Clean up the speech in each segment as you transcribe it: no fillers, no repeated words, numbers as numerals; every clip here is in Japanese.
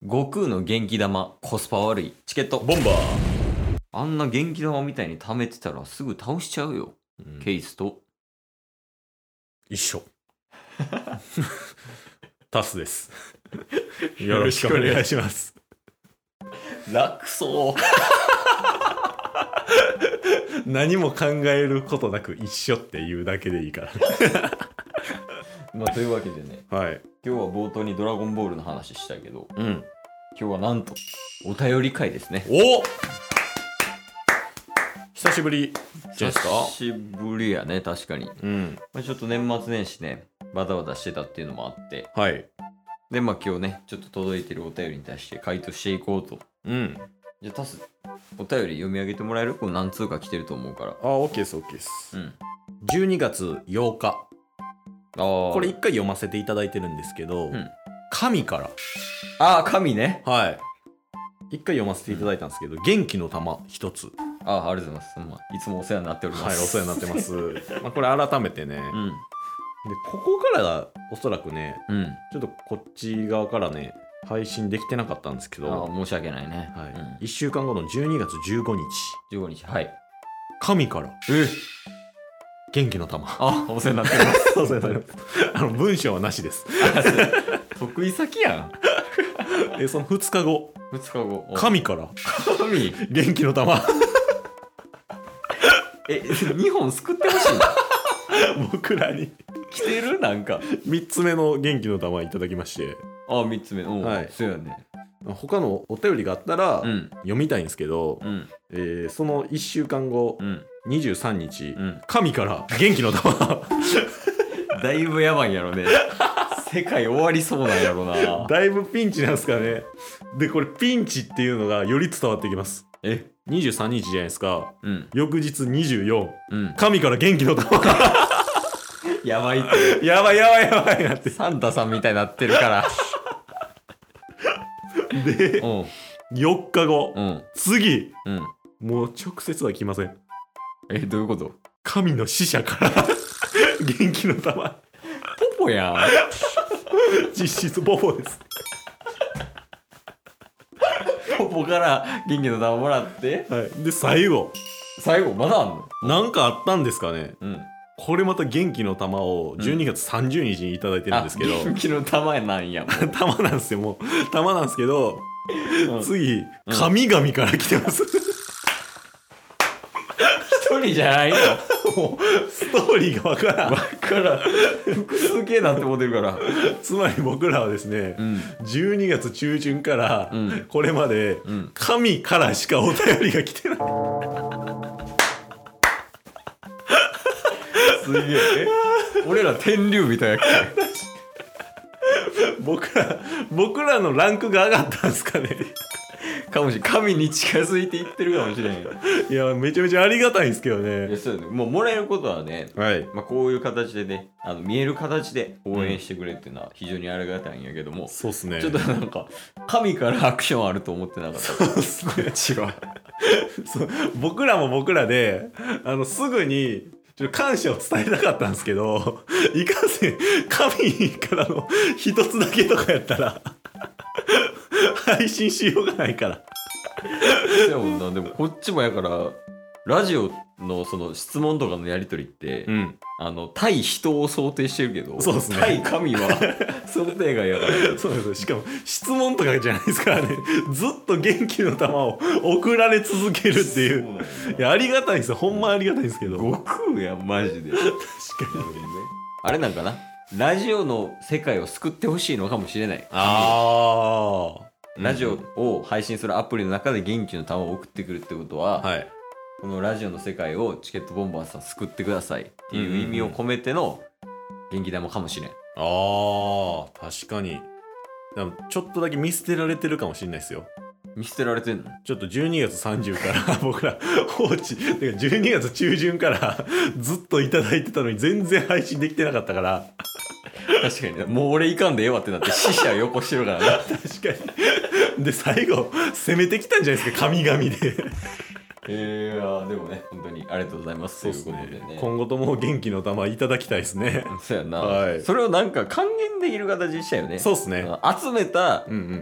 悟空の元気玉コスパ悪いチケットボンバー、 あんな元気玉みたいに貯めてたらすぐ倒しちゃうよ、ケースと一緒タスですよろしくお願いします楽そう何も考えることなく一緒って言うだけでいいからまあというわけでね、 はい今日は冒頭にドラゴンボールの話したけど、 うん今日はなんとお便り会ですね。 お久しぶりじゃないですか。 久しぶりやね、確かに。 うんまあ、ちょっと年末年始ねバタバタしてたっていうのもあって、 はいでまあ今日ねちょっと届いてるお便りに対して回答していこうと。 うんじゃあタスお便り読み上げてもらえる？これ何通か来てると思うから。 あ、OK です OK ですうん 12月8日ここれ一回読ませていただいてるんですけど、 うん神から神ね。 はい一回読ませていただいたんですけど、元気の玉一つありがとうございます。いつもお世話になっております。 はいお世話になってますまあこれ改めてね、でうんここからおそらくねうんちょっとこっち側からね配信できてなかったんですけど、 申し訳ないね。 はい1週間後の12月15日 15日はい神から元気の玉お世話になってますお世話になります文章はなしです得意先やん。 その2日後 2日後神から神元気の玉 2本救ってほしいな僕らに来てるなんか 3つ目の元気の玉いただきまして、 3つ目はいそうやね。 他のお便りがあったらうん読みたいんですけど、 うんその1週間後うん 23日、 うん神から元気の玉だいぶやばいんやろね。世界終わりそうなんやろな。 だいぶピンチなんですかね。でこれピンチっていうのがより伝わってきます。23日じゃないですか。 うん翌日24、 うん神から元気の玉やばいってやばいやばいやばいなって。 サンタさんみたいになってるからでうん 4日後、 うん次うんもう直接は来ません。 どういうこと？ 神の使者から元気の玉ポポやん。 実質ボボですポポから元気の玉もらってはいで最後最後まだあんの？ なんかあったんですかね。 うんこれまた元気の玉を12月30日にいただいてるんですけど、 元気の玉なんやもう玉なんですよ。もう玉なんですけど、 うん次神々から来てます一人じゃないの？ もうストーリーがわからん。 だから複数形なって思ってるからつまり僕らはですね、 うん 12月中旬からうんこれまでうん神からしかお便りが来てない。 すげえ俺ら天竜みたいやっ僕らのランクが上がったんですかね。 けかもしれん。神に近づいていってるかもしれんよ。 いやめちゃめちゃありがたいんですけどいやね。 そうやね。もうもらえることはね、 はいこういう形でね見える形で応援してくれっていうのは非常にありがたいんやけども、 そうっすね。 ちょっとなんか神からアクションあると思ってなかった。 そうっすね。 こっちはそう僕らも僕らですぐにちょっと感謝を伝えたかったんですけど、いかんせん神からの一つだけとかやったら配信しようがないから。 そうやもんな。でもこっちもやからラジオのその質問とかのやり取りって、 ん対人を想定してるけど、 そうっすね対神は想定外やからそうです。しかも質問とかじゃないですからね。ずっと元気の玉を送られ続けるっていう。いやありがたいんですよ。ほんまありがたいんですけど。 悟空やんマジで。 確かあれなんかな、ラジオの世界を救ってほしいのかもしれない。 に。ああ。 ラジオを配信するアプリの中で元気の玉を送ってくるってことは、 はい。 このラジオの世界をチケットボンバーさん救ってくださいっていう意味を込めての元気玉かもしれん。 ああ、確かに。でもちょっとだけ見捨てられてるかもしれないですよ。 見捨てられてんの？ ちょっと12月30から僕ら放置。てか12月中旬からずっといただいてたのに全然配信できてなかったから。 確かにね。もう俺いかんでええわってなって死者横してるからな。 確かに。で、最後、攻めてきたんじゃないですか、神々で。 でもね、本当にありがとうございますということでね。 今後とも元気の玉いただきたいですね。 そうやな、 はいそれをなんか還元できる形にしたよね。 そうっすね。 集めたうんうん。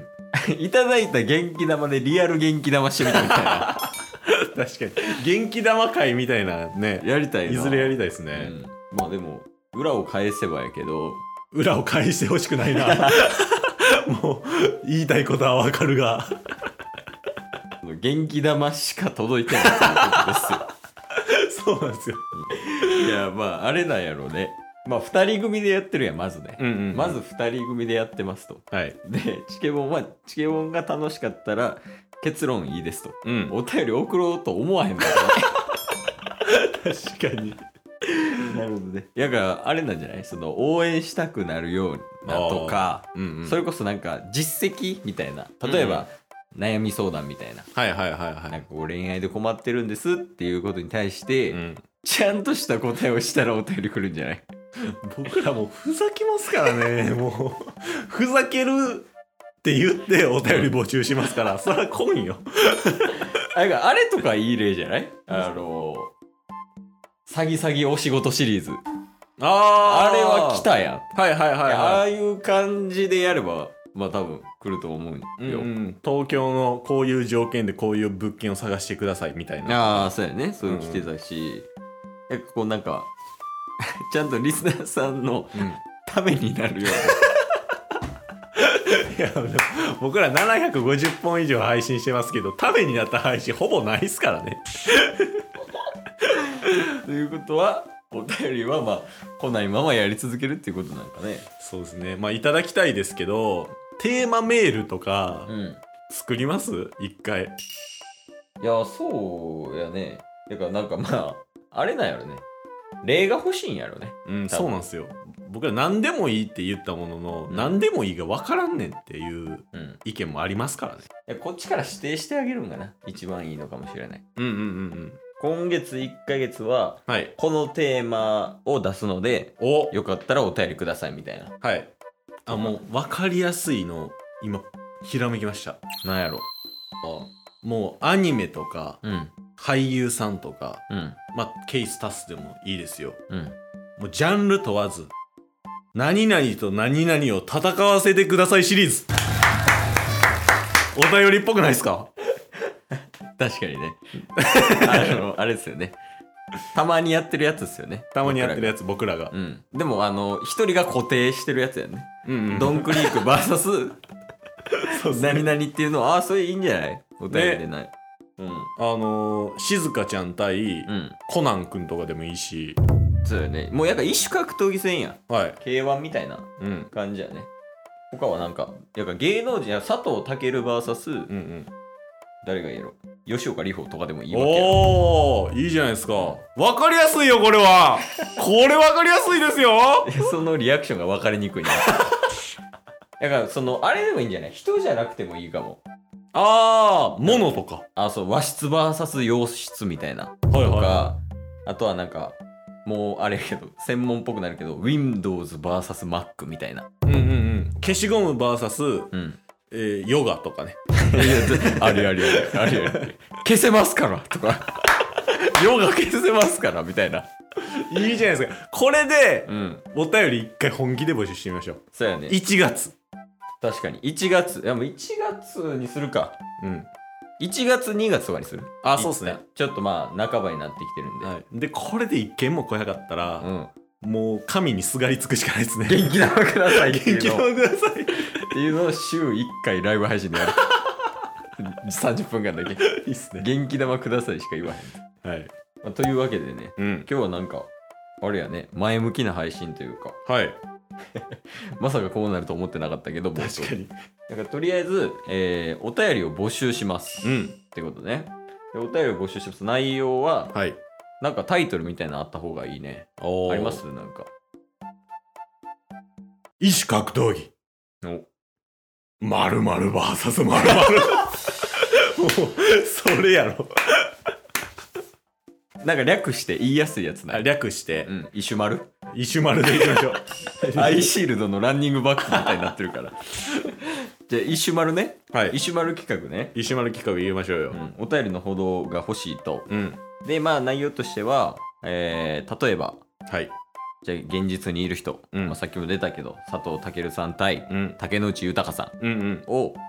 いただいた元気玉でリアル元気玉してみたみたいな確かに元気玉会みたいなねやりたいな。 いずれやりたいですね、 まあでも裏を返せばやけど、 裏を返してほしくないなもう言いたいことはわかるが元気玉しか届いてないということですよそうなんですよ。 いやまああれなんやろうね。まあ2人組でやってるやんまずね、まず2人組でやってますと。 はい。 でチケボンはチケボンが楽しかったら結論いいですと、 うん。 お便り送ろうと思わへんのよね確かに。 なるほどね。だからあれなんじゃない、その応援したくなるようなとか、それこそなんか実績みたいな、例えば、悩み相談みたいな、 はいはいはいはい。 なんかこう恋愛で困ってるんですっていうことに対して、 うん。 ちゃんとした答えをしたらお便り来るんじゃない？ 僕らもうふざけますからね。もうふざけるって言ってお便り募集しますから、それは来んよ。 あれとかいい例じゃない？詐欺詐欺お仕事シリーズ。あれは来たやん。 はいはいはいああはい。 いう感じでやれば、まあ多分来ると思うよ。 東京のこういう条件でこういう物件を探してくださいみたいな。 ああ、そうやね。そういうの来てたし、こうなんか、ちゃんとリスナーさんのためになるよいやでも僕ら750本以上配信してますけど、ためになった配信ほぼないっすからね。 ということは、お便りはまあ来ないままやり続けるっていうことなんかね。 そうですね。まあいただきたいですけど、テーマメールとか作ります一回。 いや、そうやね。だからなんかまあ、あれなんやろね。例が欲しいんやろね。 そうなんですよ。僕ら何でもいいって言ったものの、何でもいいが分からんねんっていう意見もありますからね。 こっちから指定してあげるんがな。一番いいのかもしれない。 うんうんうんうん。 今月1ヶ月は、 はい。 このテーマを出すので、 およかったらお便りくださいみたいな。 はい。あ、もう分かりやすいの、今、ひらめきました。 なんやろ。 もうアニメとか、 うん。 俳優さんとか、 うん。 まあ、ケース足すでもいいですよ。 うん。 もうジャンル問わず、何々と何々を戦わせてくださいシリーズ。お便りっぽくないですか？ 確かにね。あれですよね。たまにやってるやつですよね。 たまにやってるやつ、僕らが。 うん。でも、一人が固定してるやつやね。 うんうん。 ドンクリーク VS そうっすね何々っていうのは、それいいんじゃない？お便りでない。 静香ちゃん対うん。 コナンくんとかでもいいし、 そうよね。もうやっぱ一種格闘技戦やん。 はい。 K1 みたいなうん。 感じやね。他はなんか、やっぱ芸能人や佐藤健 VS、 うんうん。 誰がいいやろ。吉岡里帆とかでもいいわけやろ。 おー、いいじゃないですか。わかりやすいよ、これは。これわかりやすいですよ。 そのリアクションが分かりにくいな。だからあれでもいいんじゃない？人じゃなくてもいいかも。 物とか。 そう、和室 VS 洋室みたいな。 はいとはか、あとはなんか、もうあれやけど、専門っぽくなるけど、Windows VS Mac みたいな。 い。うんうんうん。消しゴム VS、 うん。 ヨガとかね。 あるあるあるある。消せますからとか。ヨガ消せますからみたいな。 いいじゃないですか。これで、 うん。 お便り一回本気で募集してみましょう。 そうやね。 1月。 確かに。1月。いやもう1月にするか。 うん。 1月2月とかにする？ そうっすね。 ちょっとまあ、半ばになってきてるんで。 はい。で、これで一件も来なかったら、 うん。 もう神にすがりつくしかないですね。 元気玉くださいって元気いうのを玉ください。 っていうのを週1回ライブ配信でやる。30分間だけ。 いいっすね。 元気玉くださいしか言わへん。 はい。 というわけでね、 うん。 今日はなんか、あれやね、前向きな配信というか、 はい。 まさかこうなると思ってなかったけど、冒頭確かに。 だからとりあえず、お便りを募集します。 うん。 ってことね。でお便りを募集します。内容は、 はい。 なんかタイトルみたいなのあった方がいいね。あります？なんか。 異種格闘技。 お 〇〇 VS 〇〇。もう、それやろ。 なんか略して言いやすいやつな。 略してう、ん、イシュマル異種丸でいきましょう。 アイシールドのランニングバックみたいになってるから。じゃあ、イシュマルね。 はいイ。シュマル企画ね。 異種丸企画言いましょうよ。 お便りの報道が欲しいと。 うん。 で、まあ内容としては、例えば、 はい。 じゃあ現実にいる人、 うんさっきも出たけど、佐藤健さん対うん。 竹野内豊さうんうん。 んを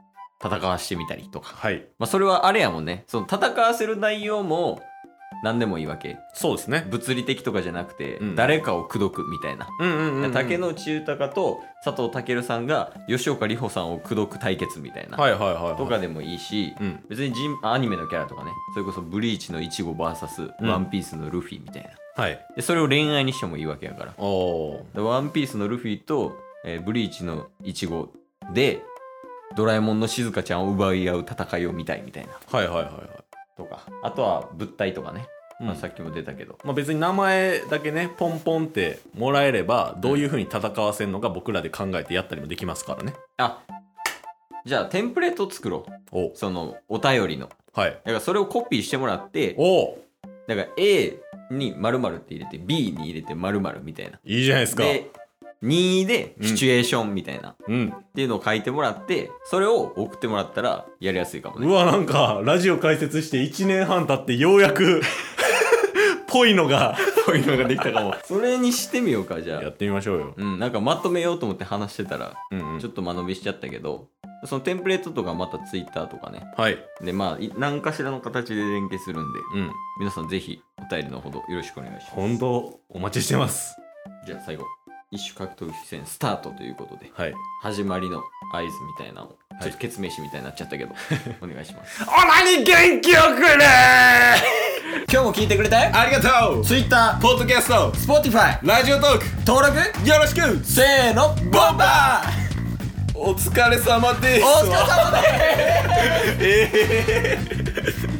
戦わしてみたりとか、 はいまあそれはあれやもんね、その戦わせる内容も何でもいいわけ。 そうですね。 物理的とかじゃなくて、 うん誰かを口説くみたいな、竹野内豊と佐藤健さんが吉岡里帆さんを口説く対決みたいな、 はいはいはい、はい、 とかでもいいし、 うん別にアニメのキャラとかね、それこそブリーチのイチゴ VS ワンピースのルフィみたいな、 はいでそれを恋愛にしてもいいわけやから、 おおでワンピースのルフィと、ブリーチのイチゴでドラえもんの静香ちゃんを奪い合う戦いを見たいみたいなはいはいはいはいとか、あとは物体とかね、 うんまあ、さっきも出たけど、 まあ、別に名前だけねポンポンってもらえればどういう風に戦わせるのか僕らで考えてやったりもできますからね。 あ、じゃあテンプレートを作ろう。 おそのお便りのはいだからそれをコピーしてもらって、 おだから A に〇〇って入れて B に入れて〇〇みたいな、 いいじゃないですか。 で2でシチュエーションみたいな、 うんっていうのを書いてもらってそれを送ってもらったらやりやすいかもね。 うわなんかラジオ開設して1年半経ってようやくぽいのがこういうのができたかも。それにしてみようか、じゃあ。 やってみましょうよ。 うん、なんかまとめようと思って話してたら、 うんうんちょっと間延びしちゃったけど、そのテンプレートとかまたツイッターとかね。 はい。 で、まあ、何かしらの形で連携するんで、 うん。 皆さんぜひお便りのほどよろしくお願いします。 本当お待ちしてます。 じゃあ最後、一種格闘技戦スタートということで、 はい。 始まりの合図みたいなのを、 いちょっと決命詞みたいになっちゃったけど、お願いします。 オラに元気をくれ今日も聞いてくれてありがとう Twitter、 ポッドキャスト Spotify、 ラジオトーク登録よろしくせーの、ボンバーお疲れ様ですお疲れ様です